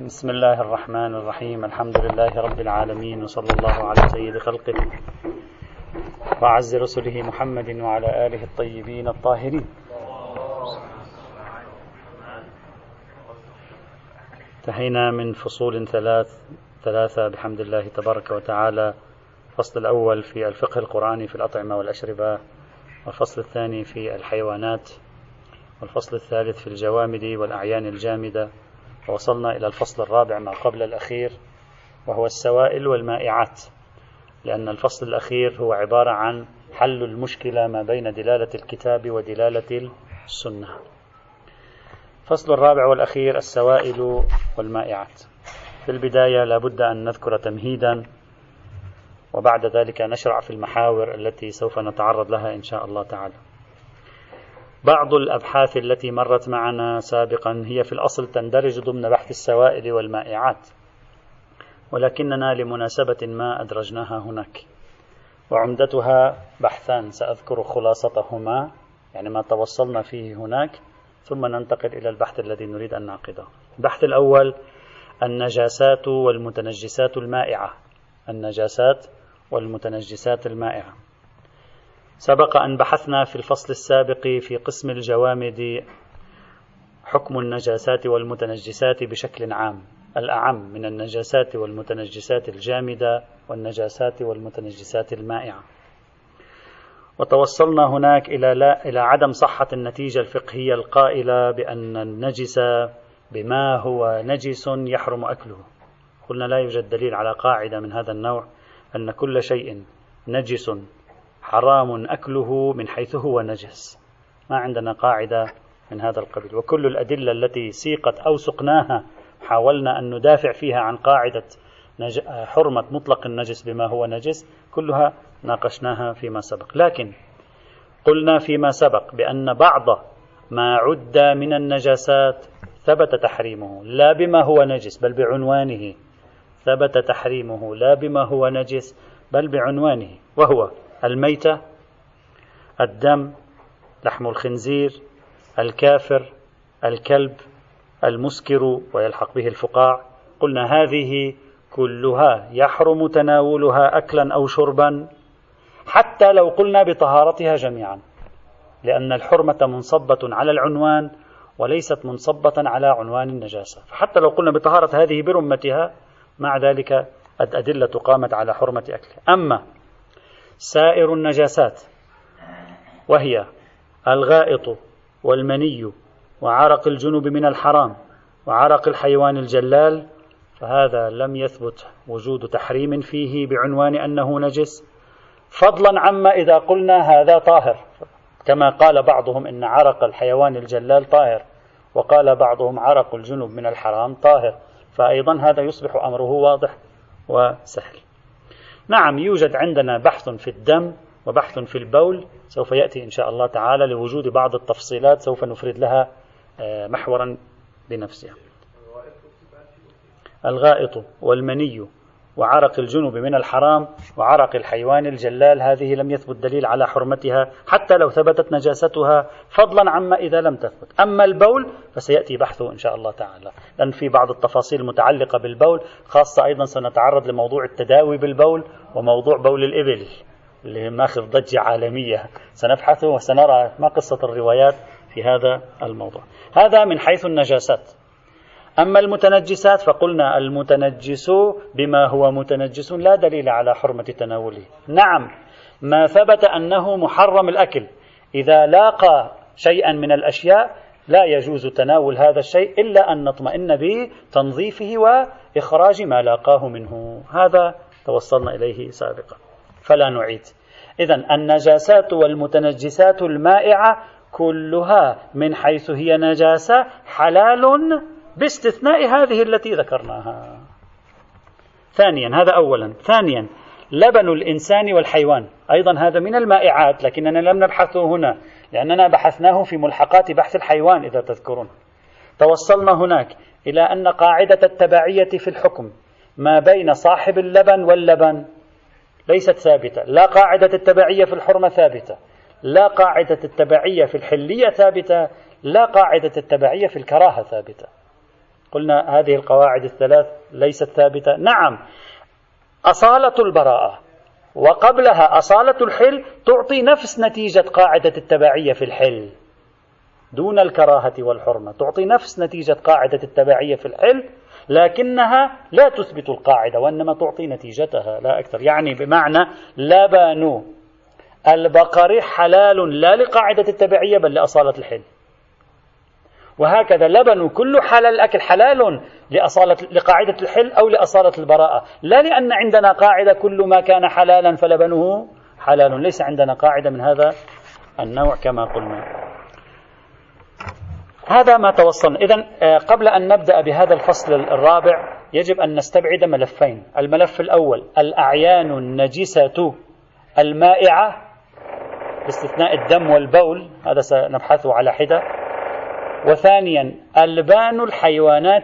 بسم الله الرحمن الرحيم. الحمد لله رب العالمين، وصلى الله على سيد خلقه وأعز رسله محمد وعلى آله الطيبين الطاهرين. انتهينا من فصول ثلاثة بحمد الله تبارك وتعالى. الفصل الأول في الفقه القرآني في الأطعمة والأشربة، والفصل الثاني في الحيوانات، والفصل الثالث في الجوامد والأعيان الجامدة، ووصلنا إلى الفصل الرابع ما قبل الأخير، وهو السوائل والمائعات، لأن الفصل الأخير هو عبارة عن حل المشكلة ما بين دلالة الكتاب ودلالة السنة. الفصل الرابع والأخير السوائل والمائعات. في البداية لابد أن نذكر تمهيدا، وبعد ذلك نشرع في المحاور التي سوف نتعرض لها إن شاء الله تعالى. بعض الأبحاث التي مرت معنا سابقا هي في الأصل تندرج ضمن بحث السوائل والمائعات، ولكننا لمناسبة ما أدرجناها هناك، وعمدتها بحثان سأذكر خلاصتهما، يعني ما توصلنا فيه هناك، ثم ننتقل إلى البحث الذي نريد أن نعقده. البحث الأول: النجاسات والمتنجسات المائعة. النجاسات والمتنجسات المائعة. سبق أن بحثنا في الفصل السابق في قسم الجوامد حكم النجاسات والمتنجسات بشكل عام، الأعم من النجاسات والمتنجسات الجامدة والنجاسات والمتنجسات المائعة، وتوصلنا هناك إلى عدم صحة النتيجة الفقهية القائلة بأن النجس بما هو نجس يحرم أكله. قلنا لا يوجد دليل على قاعدة من هذا النوع أن كل شيء نجس حرام أكله من حيث هو نجس، ما عندنا قاعدة من هذا القبيل. وكل الأدلة التي سيقت أو سقناها حاولنا أن ندافع فيها عن قاعدة حرمة مطلق النجس بما هو نجس، كلها ناقشناها فيما سبق. لكن قلنا فيما سبق بأن بعض ما عد من النجاسات ثبت تحريمه لا بما هو نجس بل بعنوانه، ثبت تحريمه لا بما هو نجس بل بعنوانه، وهو الميتة، الدم، لحم الخنزير، الكافر، الكلب، المسكر ويلحق به الفقاع. قلنا هذه كلها يحرم تناولها أكلا أو شربا، حتى لو قلنا بطهارتها جميعا، لأن الحرمة منصبة على العنوان وليست منصبة على عنوان النجاسة. فحتى لو قلنا بطهارة هذه برمتها، مع ذلك الأدلة قامت على حرمة أكلها. أما سائر النجاسات وهي الغائط والمني وعرق الجنب من الحرام وعرق الحيوان الجلال، فهذا لم يثبت وجود تحريم فيه بعنوان أنه نجس، فضلا عما إذا قلنا هذا طاهر، كما قال بعضهم إن عرق الحيوان الجلال طاهر، وقال بعضهم عرق الجنب من الحرام طاهر، فأيضا هذا يصبح أمره واضح وسهل. نعم، يوجد عندنا بحث في الدم وبحث في البول، سوف يأتي إن شاء الله تعالى لوجود بعض التفصيلات سوف نفرد لها محورا بنفسها. الغائط والمني وعرق الجنب من الحرام وعرق الحيوان الجلال، هذه لم يثبت دليل على حرمتها حتى لو ثبتت نجاستها، فضلا عما إذا لم تثبت. أما البول فسيأتي بحثه إن شاء الله تعالى، لأن في بعض التفاصيل المتعلقة بالبول، خاصة أيضا سنتعرض لموضوع التداوي بالبول وموضوع بول الإبل اللي ماخذ ضجة عالمية، سنبحثه وسنرى ما قصة الروايات في هذا الموضوع. هذا من حيث النجاسات. أما المتنجسات فقلنا المتنجس بما هو متنجس لا دليل على حرمة تناوله. نعم، ما ثبت أنه محرم الأكل إذا لاقى شيئا من الأشياء لا يجوز تناول هذا الشيء إلا أن نطمئن بتنظيفه وإخراج ما لاقاه منه، هذا توصلنا إليه سابقا فلا نعيد. إذن النجاسات والمتنجسات المائعة كلها من حيث هي نجاسة حلال باستثناء هذه التي ذكرناها. ثانيا، هذا أولا. ثانيا، لبن الإنسان والحيوان أيضا هذا من المائعات، لكننا لم نبحثه هنا لأننا بحثناه في ملحقات بحث الحيوان إذا تذكرون. توصلنا هناك إلى أن قاعدة التبعية في الحكم ما بين صاحب اللبن واللبن ليست ثابتة. لا قاعدة التبعية في الحرمة ثابتة، لا قاعدة التبعية في الحلية ثابتة، لا قاعدة التبعية في الكراهة ثابتة. قلنا هذه القواعد الثلاث ليست ثابتة. نعم، أصالة البراءة وقبلها أصالة الحل تعطي نفس نتيجة قاعدة التبعية في الحل دون الكراهة والحرمة، تعطي نفس نتيجة قاعدة التبعية في الحل، لكنها لا تثبت القاعدة وإنما تعطي نتيجتها لا أكثر. يعني بمعنى لبن البقر حلال لا لقاعدة التبعية بل لأصالة الحل، وهكذا لبن كل حلال الأكل حلال لقاعدة الحل أو لأصالة البراءة، لا لأن عندنا قاعدة كل ما كان حلالا فلبنه حلال، ليس عندنا قاعدة من هذا النوع كما قلنا. هذا ما توصلنا. إذن قبل أن نبدأ بهذا الفصل الرابع يجب أن نستبعد ملفين. الملف الأول الأعيان النجسة المائعة باستثناء الدم والبول، هذا سنبحثه على حدة. وثانيا ألبان الحيوانات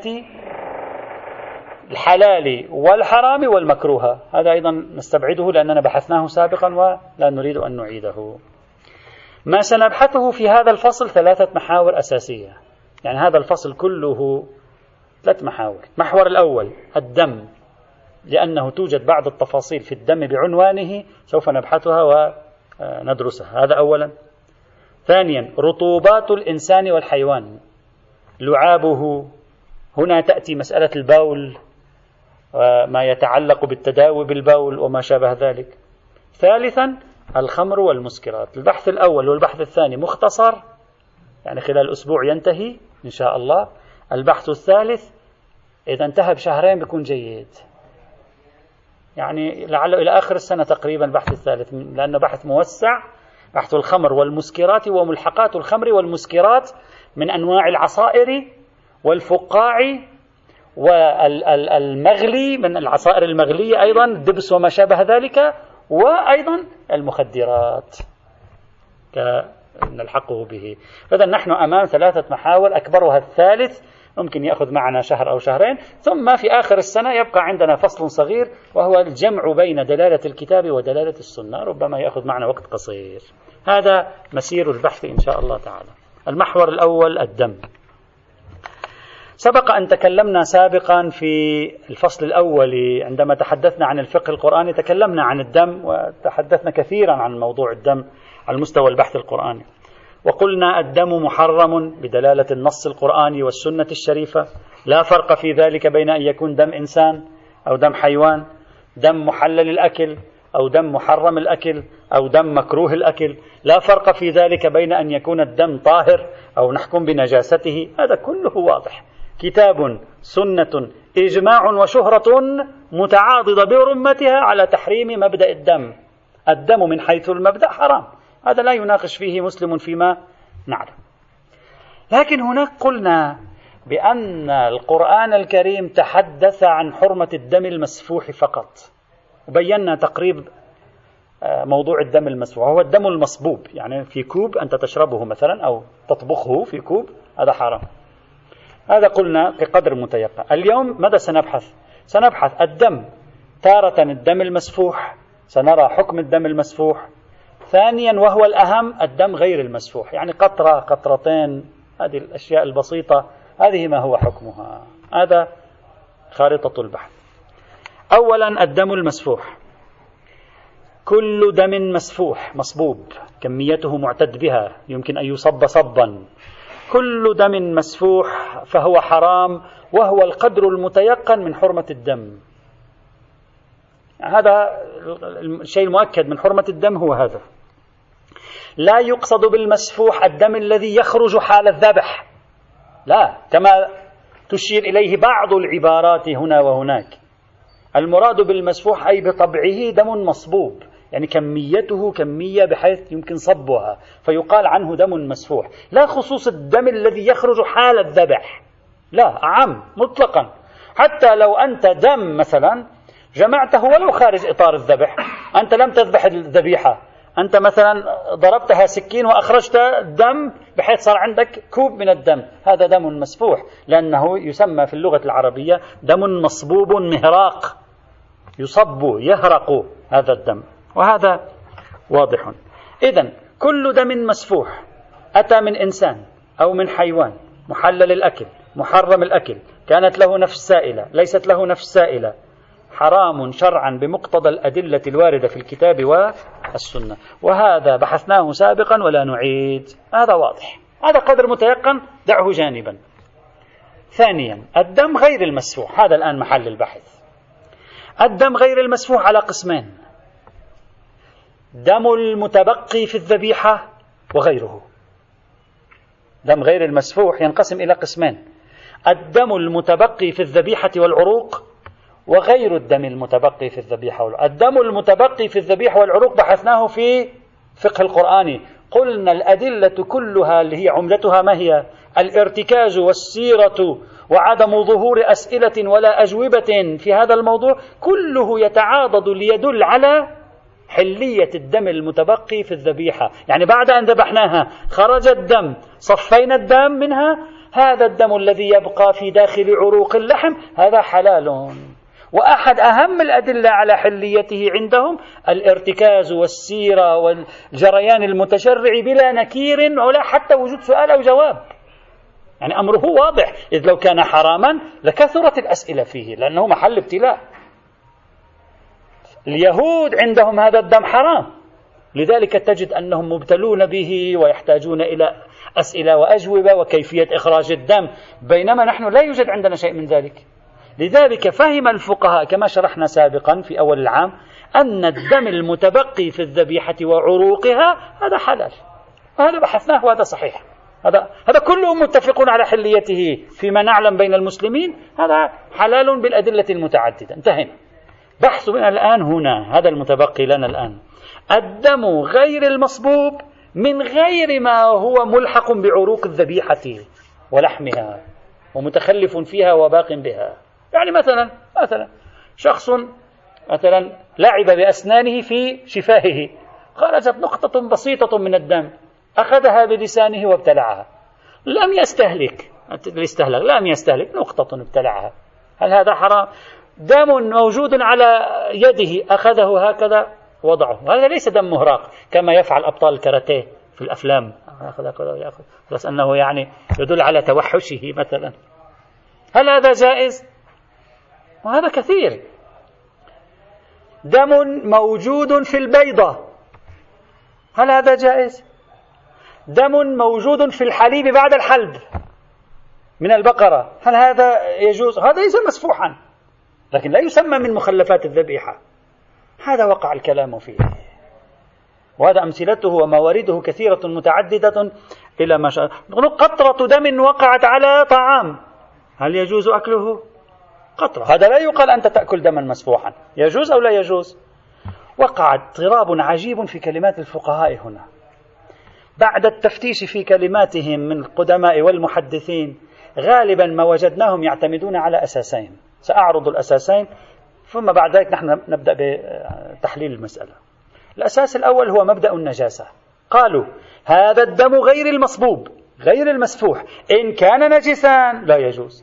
الحلال والحرام والمكروه، هذا أيضا نستبعده لأننا بحثناه سابقا ولا نريد أن نعيده. ما سنبحثه في هذا الفصل 3 محاور أساسية، يعني هذا الفصل كله 3 محاور. محور الأول الدم، لأنه توجد بعض التفاصيل في الدم بعنوانه سوف نبحثها وندرسها، هذا أولا. ثانيا رطوبات الإنسان والحيوان، لعابه، هنا تأتي مسألة البول وما يتعلق بالتداوي بالبول وما شابه ذلك. ثالثا الخمر والمسكرات. البحث الأول والبحث الثاني مختصر، يعني خلال أسبوع ينتهي إن شاء الله. البحث الثالث إذا انتهى بشهرين بيكون جيد، يعني لعله إلى آخر السنة تقريبا بحث الثالث، لأنه بحث موسع، بحث الخمر والمسكرات وملحقات الخمر والمسكرات من أنواع العصائر والفقاع والمغلي من العصائر المغلية، أيضا الدبس وما شابه ذلك، وأيضا المخدرات نلحقه به. إذا نحن أمام 3 محاور، أكبرها الثالث ممكن يأخذ معنا شهر أو شهرين، ثم في آخر السنة يبقى عندنا فصل صغير وهو الجمع بين دلالة الكتاب ودلالة السنة، ربما يأخذ معنا وقت قصير. هذا مسير البحث إن شاء الله تعالى. المحور الأول الدم. سبق أن تكلمنا سابقا في الفصل الأول عندما تحدثنا عن الفقه القرآني، تكلمنا عن الدم وتحدثنا كثيرا عن موضوع الدم على مستوى البحث القرآني، وقلنا الدم محرم بدلالة النص القرآني والسنة الشريفة، لا فرق في ذلك بين أن يكون دم إنسان أو دم حيوان، دم محلل الأكل أو دم محرم الأكل أو دم مكروه الأكل، لا فرق في ذلك بين أن يكون الدم طاهر أو نحكم بنجاسته، هذا كله واضح. كتاب، سنة، إجماع وشهرة متعاضدة برمتها على تحريم مبدأ الدم. الدم من حيث المبدأ حرام، هذا لا يناقش فيه مسلم فيما نعلم. لكن هناك قلنا بأن القرآن الكريم تحدث عن حرمة الدم المسفوح فقط، وبينا تقريب موضوع الدم المسفوح هو الدم المصبوب، يعني في كوب أنت تشربه مثلا أو تطبخه في كوب، هذا حرام. هذا قلنا بقدر متيقن. اليوم ماذا سنبحث؟ سنبحث الدم، تارة الدم المسفوح، سنرى حكم الدم المسفوح. ثانيا وهو الأهم الدم غير المسفوح، يعني قطرة قطرتين، هذه الأشياء البسيطة، هذه ما هو حكمها. هذا خارطة البحث. أولا الدم المسفوح، كل دم مسفوح مصبوب كميته معتد بها يمكن أن يصب صبا، كل دم مسفوح فهو حرام، وهو القدر المتيقن من حرمة الدم. هذا الشيء المؤكد من حرمة الدم هو هذا. لا يقصد بالمسفوح الدم الذي يخرج حال الذبح، لا، كما تشير إليه بعض العبارات هنا وهناك. المراد بالمسفوح أي بطبعه دم مصبوب، يعني كميته كمية بحيث يمكن صبها فيقال عنه دم مسفوح، لا خصوص الدم الذي يخرج حال الذبح، لا، عام مطلقا. حتى لو أنت دم مثلا جمعته ولو خارج إطار الذبح، أنت لم تذبح الذبيحة، أنت مثلا ضربتها سكين وأخرجت دم بحيث صار عندك كوب من الدم، هذا دم مسفوح، لأنه يسمى في اللغة العربية دم مصبوب مهراق، يصب يهرق هذا الدم، وهذا واضح. إذن كل دم مسفوح أتى من إنسان أو من حيوان، محلل الأكل، محرم الأكل، كانت له نفس سائلة ليست له نفس سائلة، حرام شرعا بمقتضى الأدلة الواردة في الكتاب والسنة. وهذا بحثناه سابقا ولا نعيد، هذا واضح، هذا قدر متيقن، دعه جانبا. ثانيا الدم غير المسفوح، هذا الآن محل البحث. الدم غير المسفوح على قسمين: دم المتبقي في الذبيحة وغيره. دم غير المسفوح ينقسم إلى قسمين: الدم المتبقي في الذبيحة والعروق، وغير الدم المتبقي في الذبيحة والعروق. الدم المتبقي في الذبيحة والعروق بحثناه في فقه القرآن، قلنا الأدلة كلها اللي هي عملتها ما هي؟ الارتكاز والسيرة وعدم ظهور أسئلة ولا أجوبة في هذا الموضوع، كله يتعاضد ليدل على حلية الدم المتبقي في الذبيحة. يعني بعد أن ذبحناها خرج الدم، صفينا الدم منها، هذا الدم الذي يبقى في داخل عروق اللحم هذا حلال. وأحد أهم الأدلة على حليته عندهم الارتكاز والسيرة والجريان المتشرع بلا نكير ولا حتى وجود سؤال أو جواب. يعني أمره واضح، إذ لو كان حراما لكثرت الأسئلة فيه لأنه محل ابتلاء. اليهود عندهم هذا الدم حرام، لذلك تجد أنهم مبتلون به ويحتاجون إلى أسئلة وأجوبة وكيفية إخراج الدم، بينما نحن لا يوجد عندنا شيء من ذلك. لذلك فهم الفقهاء كما شرحنا سابقا في أول العام أن الدم المتبقي في الذبيحة وعروقها هذا حلال، وهذا بحثناه وهذا صحيح، هذا كلهم متفقون على حليته فيما نعلم بين المسلمين، هذا حلال بالأدلة المتعددة. انتهينا. بحثنا الآن هنا، هذا المتبقي لنا الآن، الدم غير المصبوب من غير ما هو ملحق بعروق الذبيحة ولحمها ومتخلف فيها وباق بها. يعني مثلا شخص مثلا لعب بأسنانه في شفاهه، خرجت نقطة بسيطة من الدم، أخذها بلسانه وابتلعها، لم يستهلك نقطة ابتلعها، هل هذا حرام؟ دم موجود على يده أخذه هكذا وضعه، هذا ليس دم مهراق كما يفعل أبطال الكاراتيه في الأفلام، يأخذ بس أنه يعني يدل على توحشه مثلا. هل هذا جائز؟ وهذا كثير. دم موجود في البيضة، هل هذا جائز؟ دم موجود في الحليب بعد الحلب من البقرة، هل هذا يجوز؟ هذا ليس مسفوحا لكن لا يسمى من مخلفات الذبيحة، هذا وقع الكلام فيه. وهذا أمثلته وموارده كثيرة متعددة إلى ما شاء. قطرة دم وقعت على طعام، هل يجوز أكله؟ قطرة، هذا لا يقال أنت تأكل دما مسفوحا، يجوز أو لا يجوز؟ وقع اضطراب عجيب في كلمات الفقهاء هنا بعد التفتيش في كلماتهم من القدماء والمحدثين. غالبا ما وجدناهم يعتمدون على أساسين، سأعرض الأساسين ثم بعد ذلك نحن نبدأ بتحليل المسألة. الأساس الأول هو مبدأ النجاسة. قالوا هذا الدم غير المصبوب غير المسفوح إن كان نجسا لا يجوز.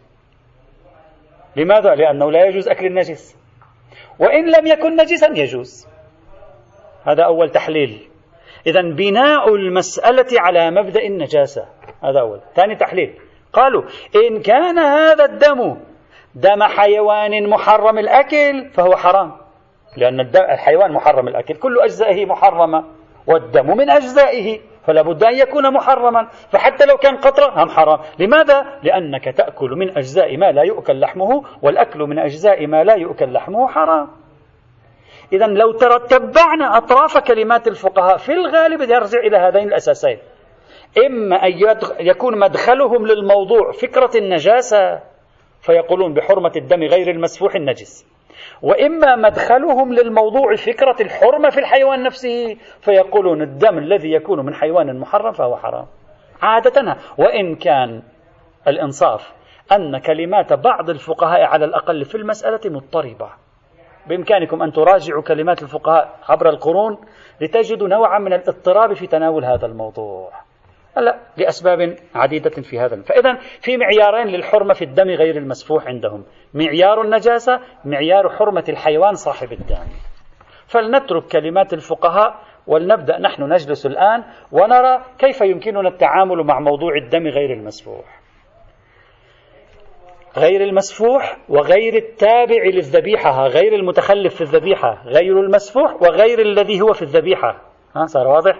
لماذا؟ لأنه لا يجوز أكل النجس، وإن لم يكن نجسا يجوز. هذا أول تحليل. إذن بناء المسألة على مبدأ النجاسة، هذا أول. ثاني تحليل، قالوا إن كان هذا الدم دم حيوان محرم الأكل فهو حرام، لأن الحيوان محرم الأكل، كل أجزائه محرمة، والدم من أجزائه فلا بد أن يكون محرما، فحتى لو كان قطرة هم حرام. لماذا؟ لأنك تأكل من أجزاء ما لا يؤكل لحمه، والأكل من أجزاء ما لا يؤكل لحمه حرام. إذن لو تتبعنا أطراف كلمات الفقهاء في الغالب يرجع إلى هذين الأساسين، إما أن يكون مدخلهم للموضوع فكرة النجاسة فيقولون بحرمة الدم غير المسفوح النجس، وإما مدخلهم للموضوع فكرة الحرمة في الحيوان نفسه فيقولون الدم الذي يكون من حيوان محرم فهو حرام عادة. وإن كان الإنصاف أن كلمات بعض الفقهاء على الأقل في المسألة مضطربة، بإمكانكم أن تراجعوا كلمات الفقهاء عبر القرون لتجدوا نوعا من الاضطراب في تناول هذا الموضوع، لا لأسباب عديدة في هذا. فإذا في معيارين للحرمة في الدم غير المسفوح عندهم: معيار النجاسة، معيار حرمة الحيوان صاحب الدم. فلنترك كلمات الفقهاء ولنبدأ نحن نجلس الآن ونرى كيف يمكننا التعامل مع موضوع الدم غير المسفوح. غير المسفوح وغير التابع للذبيحة، غير المتخلف في الذبيحة، غير المسفوح وغير الذي هو في الذبيحة. صار واضح؟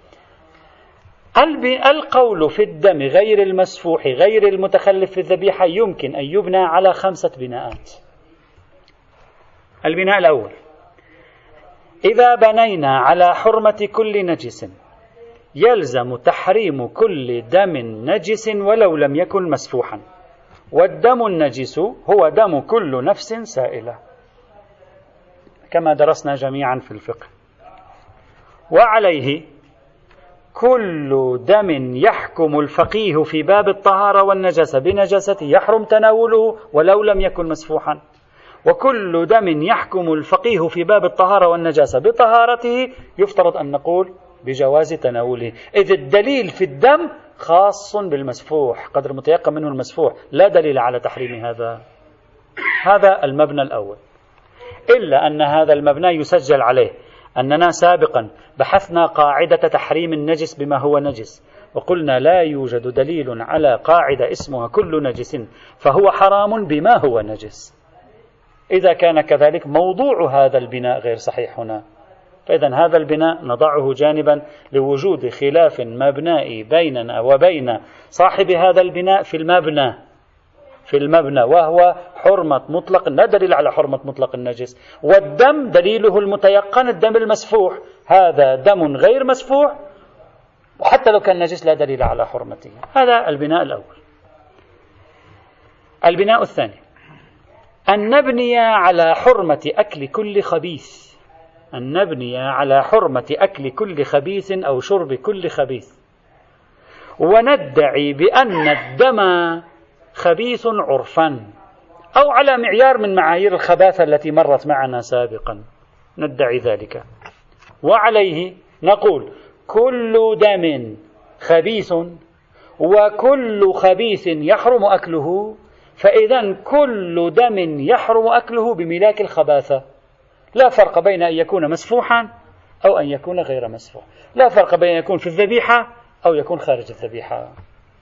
القول في الدم غير المسفوح غير المتخلف في الذبيحة يمكن أن يبنى على 5 بناءات. البناء الأول: إذا بنينا على حرمة كل نجس يلزم تحريم كل دم نجس ولو لم يكن مسفوحا، والدم النجس هو دم كل نفس سائلة، كما درسنا جميعا في الفقه. وعليه كل دم يحكم الفقيه في باب الطهارة والنجاسة بنجاسته يحرم تناوله ولو لم يكن مسفوحا، وكل دم يحكم الفقيه في باب الطهارة والنجاسة بطهارته يفترض أن نقول بجواز تناوله، إذ الدليل في الدم خاص بالمسفوح قدر متيقن منه المسفوح، لا دليل على تحريم هذا. هذا المبنى الأول. إلا أن هذا المبنى يسجل عليه أننا سابقا بحثنا قاعدة تحريم النجس بما هو نجس، وقلنا لا يوجد دليل على قاعدة اسمها كل نجس فهو حرام بما هو نجس. إذا كان كذلك موضوع هذا البناء غير صحيح هنا، فإذا هذا البناء نضعه جانبا لوجود خلاف مبنائي بيننا وبين صاحب هذا البناء في المبنى وهو حرمة مطلق، لا دليل على حرمة مطلق النجس، والدم دليله المتيقن الدم المسفوح، هذا دم غير مسفوح وحتى لو كان نجس لا دليل على حرمته. هذا البناء الأول. البناء الثاني: أن نبني على حرمة أكل كل خبيث، أن نبني على حرمة أكل كل خبيث أو شرب كل خبيث، وندعي بأن الدم خبيث عرفا أو على معيار من معايير الخباثة التي مرت معنا سابقا، ندعي ذلك. وعليه نقول كل دم خبيث وكل خبيث يحرم أكله، فإذا كل دم يحرم أكله بملاك الخباثة، لا فرق بين أن يكون مسفوحا أو أن يكون غير مسفوح، لا فرق بين أن يكون في الذبيحة أو يكون خارج الذبيحة،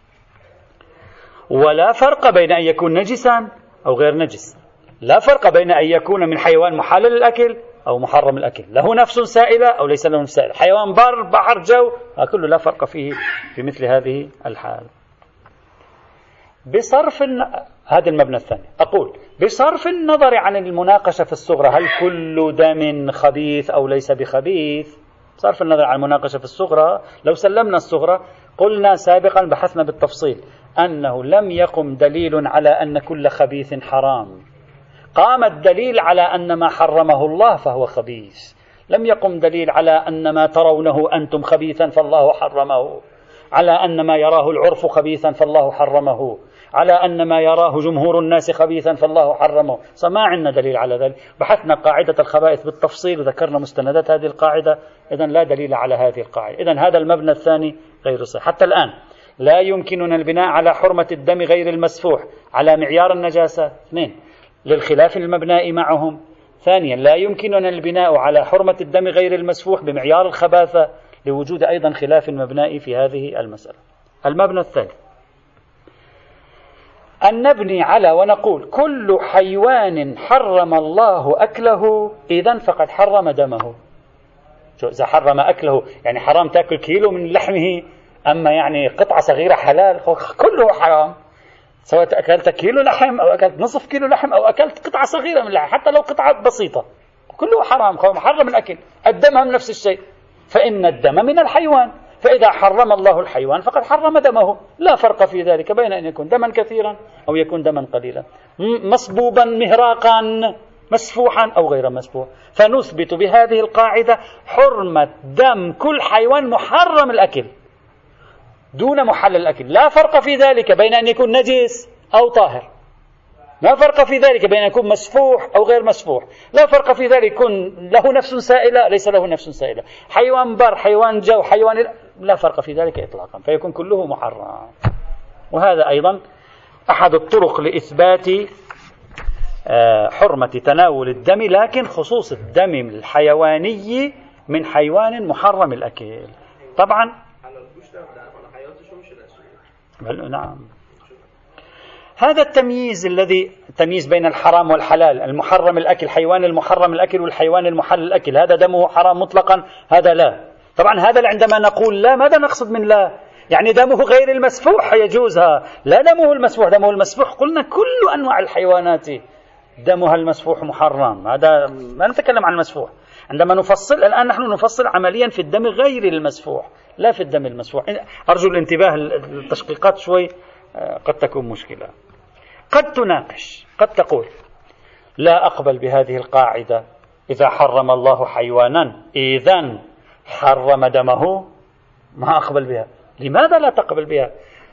ولا فرق بين أن يكون نجسا أو غير نجس، لا فرق بين أن يكون من حيوان محلل الأكل أو محرم الأكل، له نفس سائلة أو ليس له نفس سائلة، حيوان بر بحر جو، كله لا فرق فيه في مثل هذه الحال. بصرف هذا المبنى الثاني، أقول بصرف النظر عن المناقشة في الصغرى هل كل دم خبيث أو ليس بخبيث، بصرف النظر عن المناقشة في الصغرى، لو سلمنا الصغرى قلنا سابقا بحثنا بالتفصيل أنه لم يقم دليل على أن كل خبيث حرام، قام الدليل على أن ما حرمه الله فهو خبيث، لم يقم دليل على أن ما ترونه أنتم خبيثا فالله حرمه، على أن ما يراه العرف خبيثا فالله حرمه، على أن ما يراه جمهور الناس خبيثا فالله حرمه. فما عندنا دليل على ذلك، بحثنا قاعدة الخبائث بالتفصيل وذكرنا مستندات هذه القاعدة، إذن لا دليل على هذه القاعدة. إذن هذا المبنى الثاني غير صحيح. حتى الآن لا يمكننا البناء على حرمة الدم غير المسفوح على معيار النجاسة، 2 للخلاف المبنائي معهم. ثانيا لا يمكننا البناء على حرمة الدم غير المسفوح بمعيار الخباثة لوجود أيضا خلاف مبنائي في هذه المسألة. المبنى الثالث أن نبني على ونقول كل حيوان حرم الله أكله إذن فقد حرم دمه. إذا حرم أكله يعني حرام تأكل كيلو من لحمه، أما يعني قطعة صغيرة حلال، كله حرام، سواء أكلت كيلو لحم أو أكلت نصف كيلو لحم أو أكلت قطعة صغيرة من لحم، حتى لو قطعة بسيطة كله حرام، محرم الأكل. الدم هم نفس الشيء، فإن الدم من الحيوان، فإذا حرم الله الحيوان فقد حرم دمه، لا فرق في ذلك بين أن يكون دما كثيرا أو يكون دما قليلا، مصبوبا مهراقا مسفوحا أو غير مسفوح. فنثبت بهذه القاعدة حرمة دم كل حيوان محرم الأكل دون محلل الأكل، لا فرق في ذلك بين أن يكون نجس أو طاهر، لا فرق في ذلك بين أن يكون مسفوح أو غير مسفوح، لا فرق في ذلك يكون له نفس سائلة ليس له نفس سائلة، حيوان بر حيوان جو حيوان، لا فرق في ذلك إطلاقا، فيكون كله محرم. وهذا أيضا أحد الطرق لإثبات حرمة تناول الدم، لكن خصوص الدم الحيواني من حيوان محرم الأكل. طبعا نعم. هذا التمييز بين الحرام والحلال، المحرم الأكل، حيوان المحرم الأكل والحيوان المحل الأكل، هذا دمه حرام مطلقا، هذا لا. طبعا هذا عندما نقول لا، ماذا نقصد من لا؟ يعني دمه غير المسفوح يجوزها، لا دمه المسفوح. دمه المسفوح قلنا كل أنواع الحيوانات دمها المسفوح محرم، هذا ما نتكلم عن المسفوح. عندما نفصل الآن، نحن نفصل عمليا في الدم غير المسفوح لا في الدم المسفوح. أرجو الانتباه، التشقيقات شوي قد تكون مشكلة. قد تناقش، قد تقول لا أقبل بهذه القاعدة، إذا حرم الله حيوانا إذن حرم دمه، ما أقبل بها. لماذا لا تقبل بها؟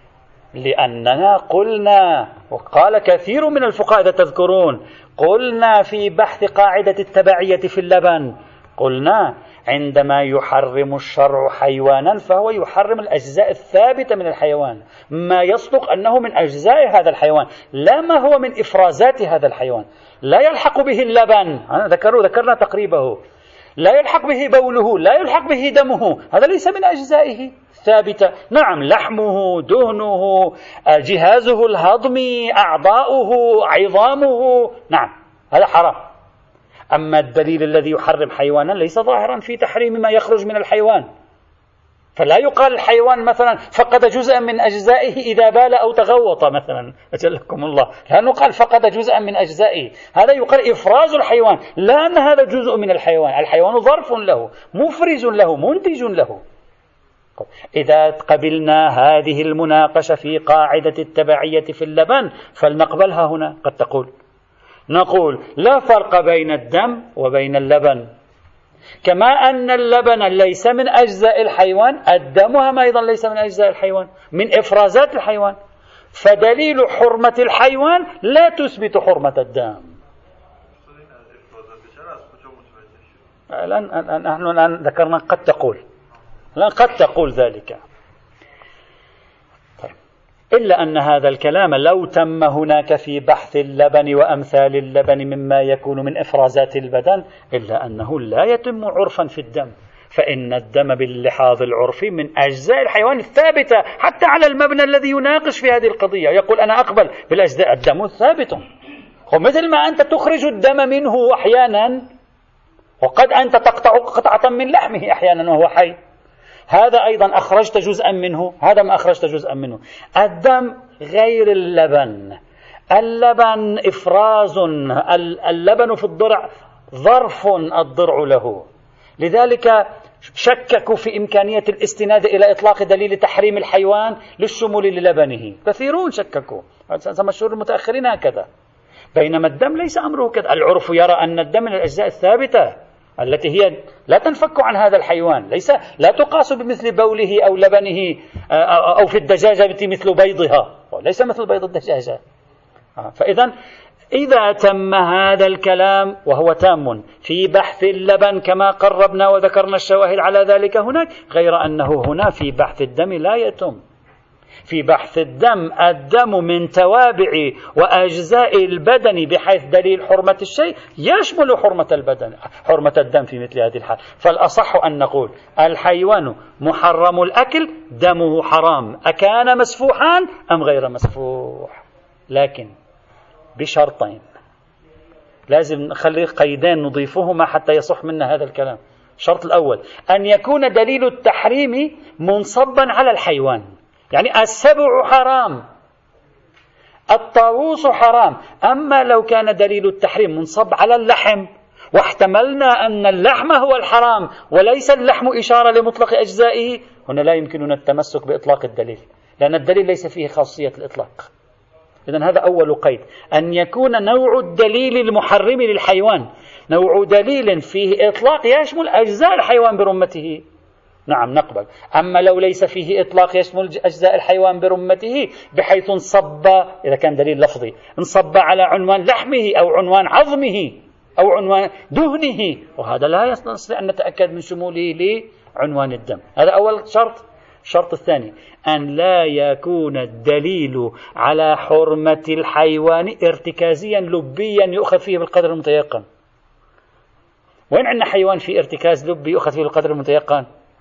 لأننا قلنا، وقال كثير من الفقهاء إذا تذكرون، قلنا في بحث قاعدة التبعية في اللبن، قلنا عندما يحرم الشرع حيوانا فهو يحرم الأجزاء الثابتة من الحيوان، ما يصدق أنه من أجزاء هذا الحيوان، لا ما هو من إفرازات هذا الحيوان. لا يلحق به اللبن، ذكرنا تقريبه، لا يلحق به بوله، لا يلحق به دمه، هذا ليس من أجزائه ثابتة. نعم، لحمه، دهنه، جهازه الهضمي، أعضاؤه، عظامه، نعم هذا حرام. أما الدليل الذي يحرم حيوانا ليس ظاهرا في تحريم ما يخرج من الحيوان، فلا يقال الحيوان مثلا فقد جزءا من أجزائه إذا بال أو تغوط مثلا، أجلكم الله، لا نقال فقد جزءا من أجزائه، هذا يقال إفراز الحيوان، لا أن هذا جزء من الحيوان، الحيوان ظرف له، مفرز له، منتج له. إذا قبلنا هذه المناقشة في قاعدة التبعية في اللبن فلنقبلها هنا. قد نقول لا فرق بين الدم وبين اللبن، كما أن اللبن ليس من أجزاء الحيوان، الدم هم أيضا ليس من أجزاء الحيوان، من إفرازات الحيوان، فدليل حرمة الحيوان لا تثبت حرمة الدم. نحن الآن ذكرنا قد تقول ذلك، إلا أن هذا الكلام لو تم هناك في بحث اللبن وأمثال اللبن مما يكون من إفرازات البدن، إلا أنه لا يتم عرفا في الدم، فإن الدم باللحاظ العرفي من أجزاء الحيوان الثابتة، حتى على المبنى الذي يناقش في هذه القضية يقول أنا أقبل بالأجزاء، الدم ثابت، ومثل ما أنت تخرج الدم منه أحيانا، وقد أنت تقطع قطعة من لحمه أحيانا وهو حي، هذا أيضا أخرجت جزءا منه، هذا ما أخرجت جزءا منه. الدم غير اللبن، اللبن إفراز، اللبن في الضرع ظرف الضرع له، لذلك شككوا في إمكانية الاستناد إلى إطلاق دليل تحريم الحيوان للشمول للبنه، كثيرون شككوا، مشهور المتأخرين هكذا، بينما الدم ليس أمره كذا. العرف يرى أن الدم من الأجزاء الثابتة التي هي لا تنفك عن هذا الحيوان، لا تقاس بمثل بوله أو لبنه أو في الدجاجة مثل بيضها، ليس مثل بيض الدجاجة. فإذا إذا تم هذا الكلام وهو تام في بحث اللبن كما قربنا وذكرنا الشواهد على ذلك هناك، غير أنه هنا في بحث الدم لا يتم. في بحث الدم من توابع وأجزاء البدن، بحيث دليل حرمة الشيء يشمل حرمة الدم في مثل هذه الحال. فالأصح أن نقول الحيوان محرم الأكل، دمه حرام، أكان مسفوحا أم غير مسفوح، لكن بشرطين، لازم نخلي قيدين نضيفهما حتى يصح منا هذا الكلام. الشرط الأول أن يكون دليل التحريم منصبا على الحيوان، يعني السبع حرام، الطاووس حرام. أما لو كان دليل التحريم منصب على اللحم، واحتملنا أن اللحم هو الحرام وليس اللحم إشارة لمطلق أجزائه، هنا لا يمكننا التمسك بإطلاق الدليل، لأن الدليل ليس فيه خاصية الإطلاق. إذن هذا أول قيد، أن يكون نوع الدليل المحرم للحيوان نوع دليل فيه إطلاق يشمل أجزاء الحيوان برمته، نعم نقبل. أما لو ليس فيه إطلاق يشمل أجزاء الحيوان برمته، بحيث انصب، إذا كان دليل لفظي، انصب على عنوان لحمه أو عنوان عظمه أو عنوان دهنه، وهذا لا نستطيع أن نتأكد من شموله لعنوان الدم. هذا أول شرط. الشرط الثاني أن لا يكون الدليل على حرمة الحيوان ارتكازيا لبيا يؤخذ فيه بالقدر المتيقن. وين عندنا حيوان في ارتكاز لبي يؤخذ فيه بالقدر المتيقن؟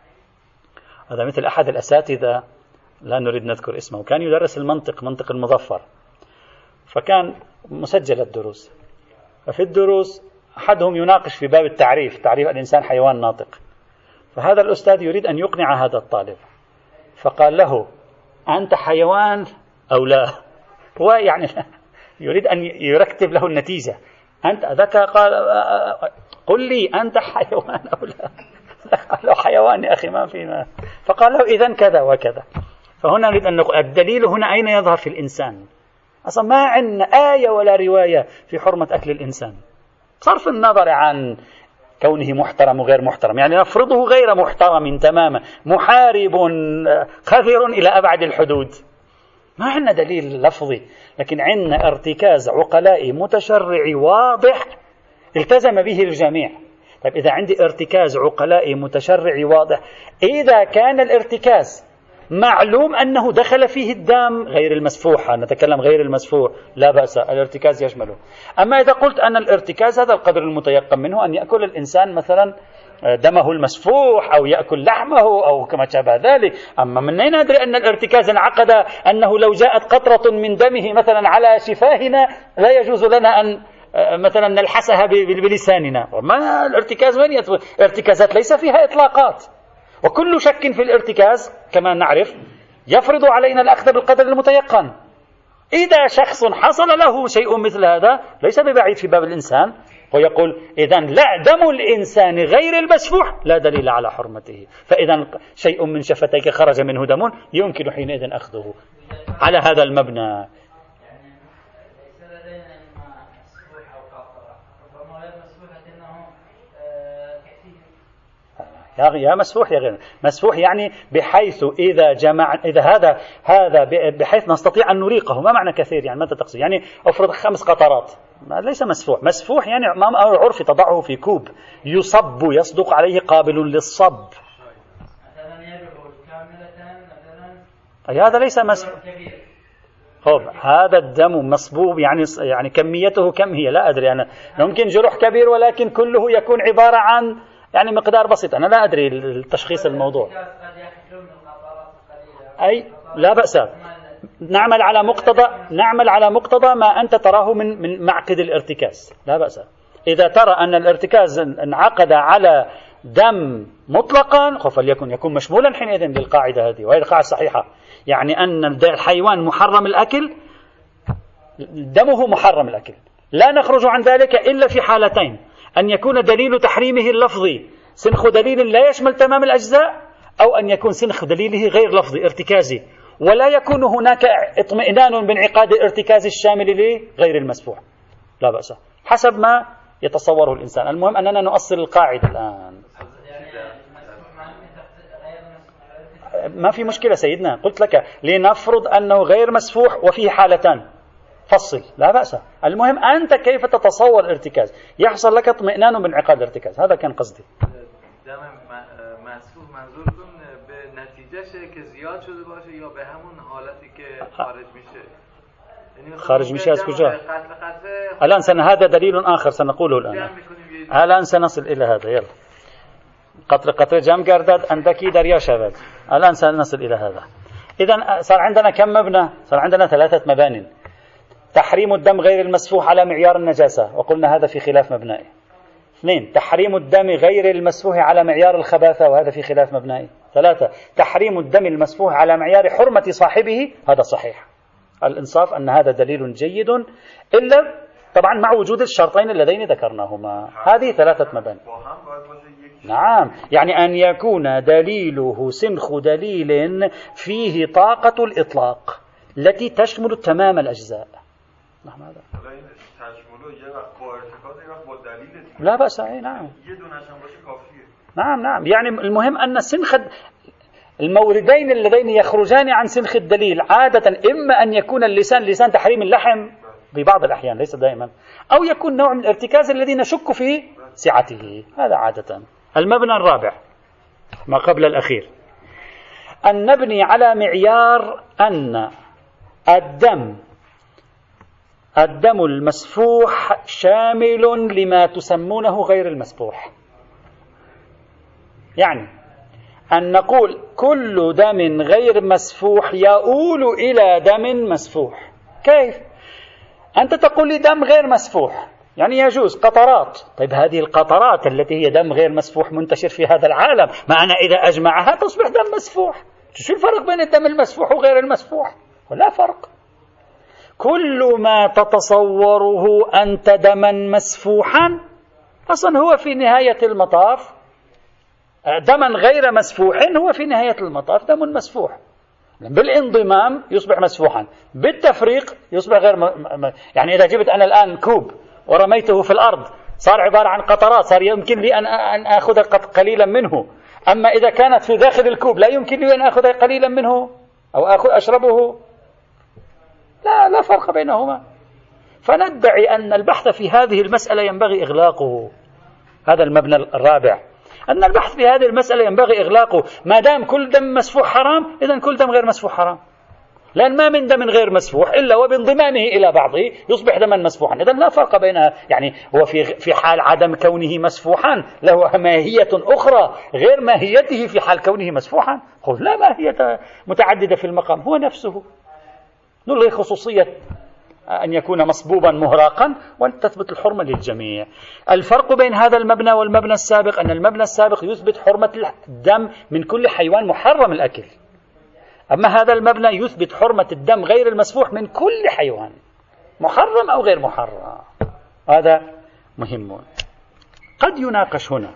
هذا مثل أحد الأساتذة لا نريد نذكر اسمه، كان يدرس منطق المظفر، فكان مسجل الدروس، ففي الدروس أحدهم يناقش في باب تعريف الإنسان حيوان ناطق، فهذا الأستاذ يريد أن يقنع هذا الطالب، فقال له: أنت حيوان أو لا؟ هو يعني يريد أن يرتب له النتيجة. أنت ذكى؟ قال: قل لي أنت حيوان أو لا؟ قال له: حيوان يا أخي، ما فينا. فقال له: إذن كذا وكذا. فهنا نريد أن نقول الدليل هنا أين يظهر؟ في الإنسان. أصلا ما عندنا آية ولا رواية في حرمة أكل الإنسان، صرف النظر عن كونه محترم وغير محترم، يعني نفرضه غير محترم تماما، محارب خذر إلى أبعد الحدود، ما عندنا دليل لفظي، لكن عندنا ارتكاز عقلائي متشرعي واضح التزم به الجميع. طيب إذا عندي ارتكاز عقلائي متشرعي واضح، إذا كان الارتكاز معلوم أنه دخل فيه الدم غير المسفوح، نتكلم غير المسفوح، لا بأس، الارتكاز يشمله. أما إذا قلت أن الارتكاز هذا القدر المتيقن منه، أن يأكل الإنسان مثلا دمه المسفوح أو يأكل لحمه أو كما شابه ذلك، أما من أين ندري أن الارتكاز انعقد، أنه لو جاءت قطرة من دمه مثلا على شفاهنا لا يجوز لنا أن مثلا نلحسها بلساننا؟ وما الارتكاز وين يدخل؟ ارتكازات ليس فيها إطلاقات، وكل شك في الارتكاز كما نعرف يفرض علينا الأخذ بالقدر المتيقن. إذا شخص حصل له شيء مثل هذا ليس ببعيد في باب الإنسان، ويقول إذن لا، دم الإنسان غير المسفوح لا دليل على حرمته، فإذا شيء من شفتيك خرج منه دم يمكن حينئذ أخذه على هذا المبنى. يا مسفوح يا غير مسفوح، يعني بحيث إذا هذا بحيث نستطيع أن نريقه. ما معنى كثير؟ يعني ماذا تقصد؟ يعني أفرض 5 قطرات، ليس مسفوح. مسفوح يعني أمام العرف تضعه في كوب يصب، يصدق عليه قابل للصب. هذا ليس مسفوح. هذا الدم مصبوب، يعني كميته كم هي؟ لا أدري أنا، ممكن جرح كبير ولكن كله يكون عبارة عن يعني مقدار بسيط، أنا لا أدري التشخيص الموضوع. أي لا بأس، نعمل على مقتضى ما أنت تراه من معقد الارتكاز، لا بأس. إذا ترى أن الارتكاز انعقد على دم مطلقا يكون مشمولا حينئذ للقاعدة هذه، وهي القاعدة الصحيحة، يعني أن الحيوان محرم الأكل، دمه محرم الأكل، لا نخرج عن ذلك إلا في حالتين: أن يكون دليل تحريمه اللفظي سنخ دليل لا يشمل تمام الأجزاء، أو أن يكون سنخ دليله غير لفظي ارتكازي، ولا يكون هناك اطمئنان بانعقاد الارتكاز الشامل لغير المسفوح، لا بأس، حسب ما يتصوره الإنسان. المهم أننا نؤصل القاعدة الآن. ما في مشكلة سيدنا، قلت لك لنفرض أنه غير مسفوح وفيه حالتان، فصل، لا بأس. المهم أنت كيف تتصور ارتكاز، يحصل لك اطمئنان بانعقاد الارتكاز، هذا كان قصدي. دم مسفوح منظورتون به نتیجه که زیاد شده باشه یا به همون حالتی که خارج میشه؟ خارج میشه از کجا؟ الآن هذا دليل آخر سنقوله الآن سنصل إلى هذا. يلا قطر جمع گردد اندکی دریا شود. الآن سنصل إلى هذا. إذن صار عندنا كم مبنى؟ صار عندنا 3 مبانٍ. تحريم الدم غير المسفوح على معيار النجاسة، وقلنا هذا في خلاف مبنائي. 2 تحريم الدم غير المسفوح على معيار الخباثة، وهذا في خلاف مبنائي. 3 تحريم الدم المسفوح على معيار حرمة صاحبه، هذا صحيح. الإنصاف أن هذا دليل جيد، إلا طبعا مع وجود الشرطين اللذين ذكرناهما. هذه 3 مباني. نعم، يعني أن يكون دليله سنخ دليل فيه طاقة الإطلاق التي تشمل تمام الأجزاء. نعم هذا لا بأس. نعم نعم، يعني المهم أن سنخ الموردين اللذين يخرجان عن سنخ الدليل عادة إما أن يكون اللسان لسان تحريم اللحم ببعض الأحيان، ليس دائما، أو يكون نوع من الارتكاز الذي نشك في سعته، هذا عادة. المبنى الرابع ما قبل الأخير، أن نبني على معيار أن الدم المسفوح شامل لما تسمونه غير المسفوح، يعني أن نقول كل دم غير مسفوح يؤول إلى دم مسفوح. كيف؟ أنت تقول لي دم غير مسفوح، يعني يجوز قطرات. طيب هذه القطرات التي هي دم غير مسفوح منتشر في هذا العالم، معنا إذا أجمعها تصبح دم مسفوح. شو الفرق بين الدم المسفوح وغير المسفوح؟ ولا فرق. كل ما تتصوره أنت دما مسفوحا أصلا هو في نهاية المطاف دما غير مسفوح، هو في نهاية المطاف دم مسفوح. بالانضمام يصبح مسفوحا، بالتفريق يصبح غير يعني إذا جبت أنا الآن كوب ورميته في الأرض صار عبارة عن قطرات، صار يمكن لي أن أخذ قليلا منه. أما إذا كانت في داخل الكوب لا يمكن لي أن أخذ قليلا منه أو أشربه. لا فرق بينهما. فندعي أن البحث في هذه المسألة ينبغي إغلاقه. هذا المبنى الرابع، أن البحث في هذه المسألة ينبغي إغلاقه. ما دام كل دم مسفوح حرام، إذن كل دم غير مسفوح حرام، لأن ما من دم غير مسفوح إلا وبانضمامه إلى بعضه يصبح دما مسفوحا. إذن لا فرق بينها، يعني هو في حال عدم كونه مسفوحا له ماهية أخرى غير ماهيته في حال كونه مسفوحا. لا ماهية متعددة في المقام، هو نفسه. نلغي خصوصية أن يكون مصبوبا مهراقا وتثبت الحرمة للجميع. الفرق بين هذا المبنى والمبنى السابق أن المبنى السابق يثبت حرمة الدم من كل حيوان محرم الأكل، أما هذا المبنى يثبت حرمة الدم غير المسفوح من كل حيوان محرم أو غير محرم. هذا مهم. قد يناقش هنا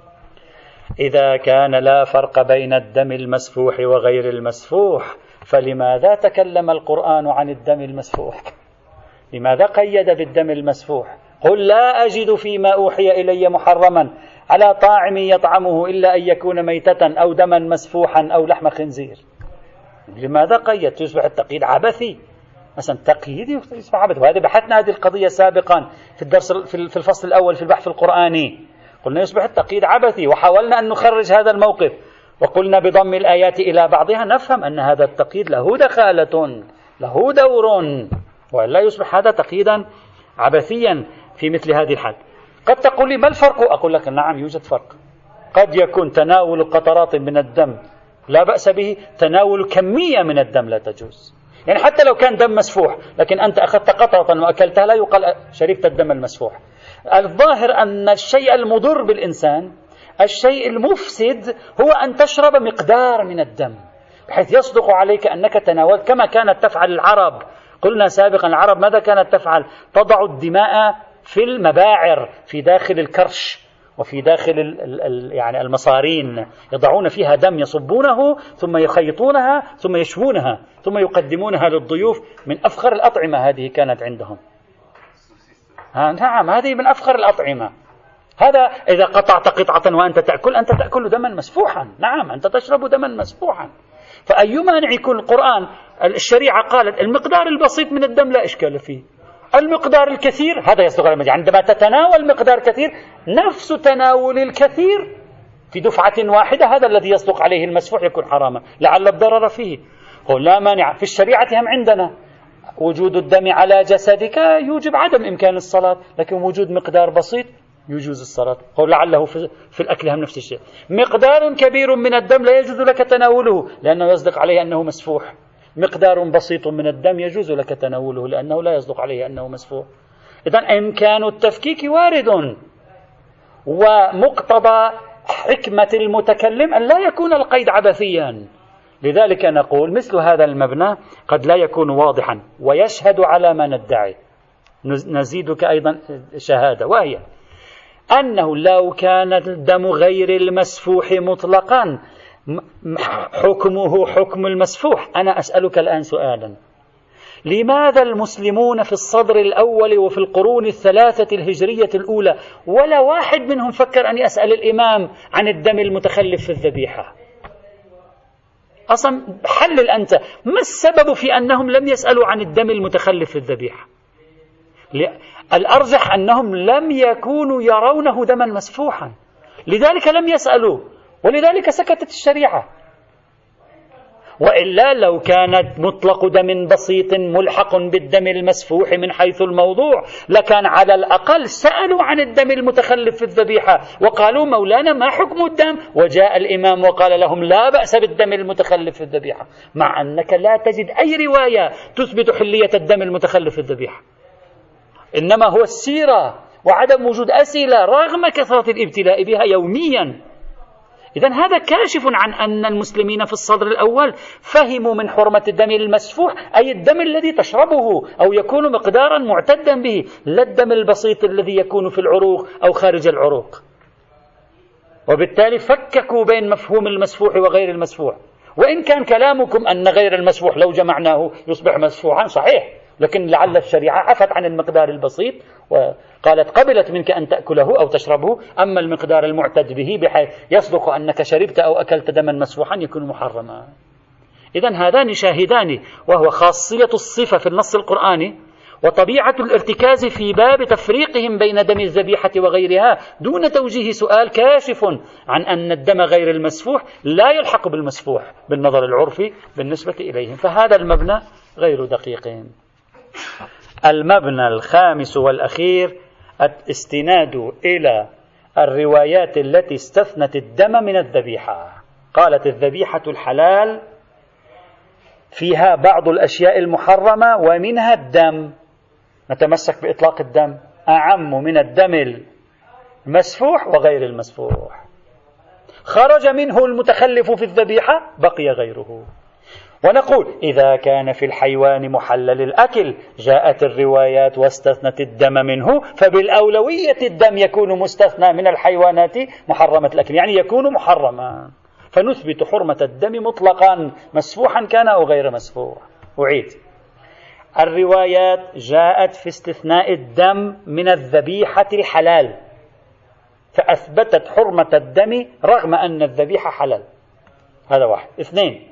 إذا كان لا فرق بين الدم المسفوح وغير المسفوح، فلماذا تكلم القرآن عن الدم المسفوح؟ لماذا قيد بالدم المسفوح؟ قل لا أجد فيما أوحي إلي محرما على طاعم يطعمه إلا أن يكون ميتة أو دما مسفوحا أو لحم خنزير. لماذا قيد؟ يصبح التقييد عبثي. مثلا تقييد يصبح عبثي. وهذا بحثنا هذه القضية سابقا في الدرس في الفصل الأول في البحث القرآني، قلنا يصبح التقييد عبثي، وحاولنا أن نخرج هذا الموقف وقلنا بضم الآيات إلى بعضها نفهم أن هذا التقييد له دخالة له دور، ولا يصبح هذا تقييدا عبثيا في مثل هذه الحال. قد تقول لي ما الفرق؟ أقول لك نعم يوجد فرق. قد يكون تناول قطرات من الدم لا بأس به، تناول كمية من الدم لا تجوز. يعني حتى لو كان دم مسفوح لكن أنت أخذت قطرة وأكلتها لا يقال شربت الدم المسفوح. الظاهر أن الشيء المضر بالإنسان، الشيء المفسد، هو أن تشرب مقدار من الدم بحيث يصدق عليك أنك تناولت، كما كانت تفعل العرب. قلنا سابقا العرب ماذا كانت تفعل؟ تضع الدماء في المباعر في داخل الكرش وفي داخل يعني المصارين، يضعون فيها دم يصبونه ثم يخيطونها ثم يشوونها ثم يقدمونها للضيوف. من أفخر الأطعمة هذه كانت عندهم. نعم هذه من أفخر الأطعمة. هذا إذا قطعت قطعة وأنت تأكل، أنت تأكل دما مسفوحا. نعم أنت تشرب دما مسفوحا. فأيما يكون القرآن الشريعة قالت المقدار البسيط من الدم لا إشكال فيه، المقدار الكثير هذا يصدق على المجال. عندما تتناول مقدار كثير، نفس تناول الكثير في دفعة واحدة هذا الذي يصدق عليه المسفوح يكون حراما لعل الضرر فيه. لا مانع في الشريعة. هم عندنا وجود الدم على جسدك يوجب عدم إمكان الصلاة، لكن وجود مقدار بسيط يجوز الصلاة. لعله في الأكل هم نفس الشيء. مقدار كبير من الدم لا يجوز لك تناوله لأنه يصدق عليه أنه مسفوح. مقدار بسيط من الدم يجوز لك تناوله لأنه لا يصدق عليه أنه مسفوح. إذن إمكان التفكيك وارد، ومقتضى حكمة المتكلم أن لا يكون القيد عبثيا. لذلك نقول مثل هذا المبنى قد لا يكون واضحا ويشهد على ما ندعي. نزيدك أيضا شهادة، وهي أنه لو كان الدم غير المسفوح مطلقا حكمه حكم المسفوح. أنا أسألك الآن سؤالا: لماذا المسلمون في الصدر الأول وفي القرون الثلاثة الهجرية الأولى ولا واحد منهم فكر أن يسأل الإمام عن الدم المتخلف في الذبيحة؟ أصلا حلل أنت ما السبب في أنهم لم يسألوا عن الدم المتخلف في الذبيحة؟ الأرجح أنهم لم يكونوا يرونه دما مسفوحا، لذلك لم يسألوا، ولذلك سكتت الشريعة. وإلا لو كانت مطلق دم بسيط ملحق بالدم المسفوح من حيث الموضوع لكان على الأقل سألوا عن الدم المتخلف في الذبيحة وقالوا مولانا ما حكم الدم، وجاء الإمام وقال لهم لا بأس بالدم المتخلف في الذبيحة، مع أنك لا تجد أي رواية تثبت حلية الدم المتخلف في الذبيحة. إنما هو السيرة وعدم وجود أسئلة رغم كثرة الابتلاء بها يوميا. إذن هذا كاشف عن أن المسلمين في الصدر الأول فهموا من حرمة الدم المسفوح أي الدم الذي تشربه أو يكون مقدارا معتدا به، لا الدم البسيط الذي يكون في العروق أو خارج العروق. وبالتالي فككوا بين مفهوم المسفوح وغير المسفوح، وإن كان كلامكم أن غير المسفوح لو جمعناه يصبح مسفوحا صحيح، لكن لعل الشريعة عفت عن المقدار البسيط وقالت قبلت منك أن تأكله أو تشربه، أما المقدار المعتد به بحيث يصدق أنك شربت أو أكلت دما مسفوحا يكون محرما. إذن هذان شاهدان، وهو خاصية الصفة في النص القرآني وطبيعة الارتكاز في باب تفريقهم بين دم الذبيحة وغيرها دون توجيه سؤال كاشف عن أن الدم غير المسفوح لا يلحق بالمسفوح بالنظر العرفي بالنسبة إليهم. فهذا المبنى غير دقيق. المبنى الخامس والأخير الاستناد إلى الروايات التي استثنت الدم من الذبيحة. قالت الذبيحة الحلال فيها بعض الأشياء المحرمة ومنها الدم، نتمسك بإطلاق الدم أعم من الدم المسفوح وغير المسفوح. خرج منه المتخلف في الذبيحة بقي غيره. ونقول إذا كان في الحيوان محلل الأكل جاءت الروايات واستثنت الدم منه، فبالأولوية الدم يكون مستثنى من الحيوانات محرمة الأكل، يعني يكون محرما، فنثبت حرمة الدم مطلقا مسفوحا كان أو غير مسفوح. أعيد، الروايات جاءت في استثناء الدم من الذبيحة الحلال فأثبتت حرمة الدم رغم أن الذبيحة حلال. هذا واحد. اثنين،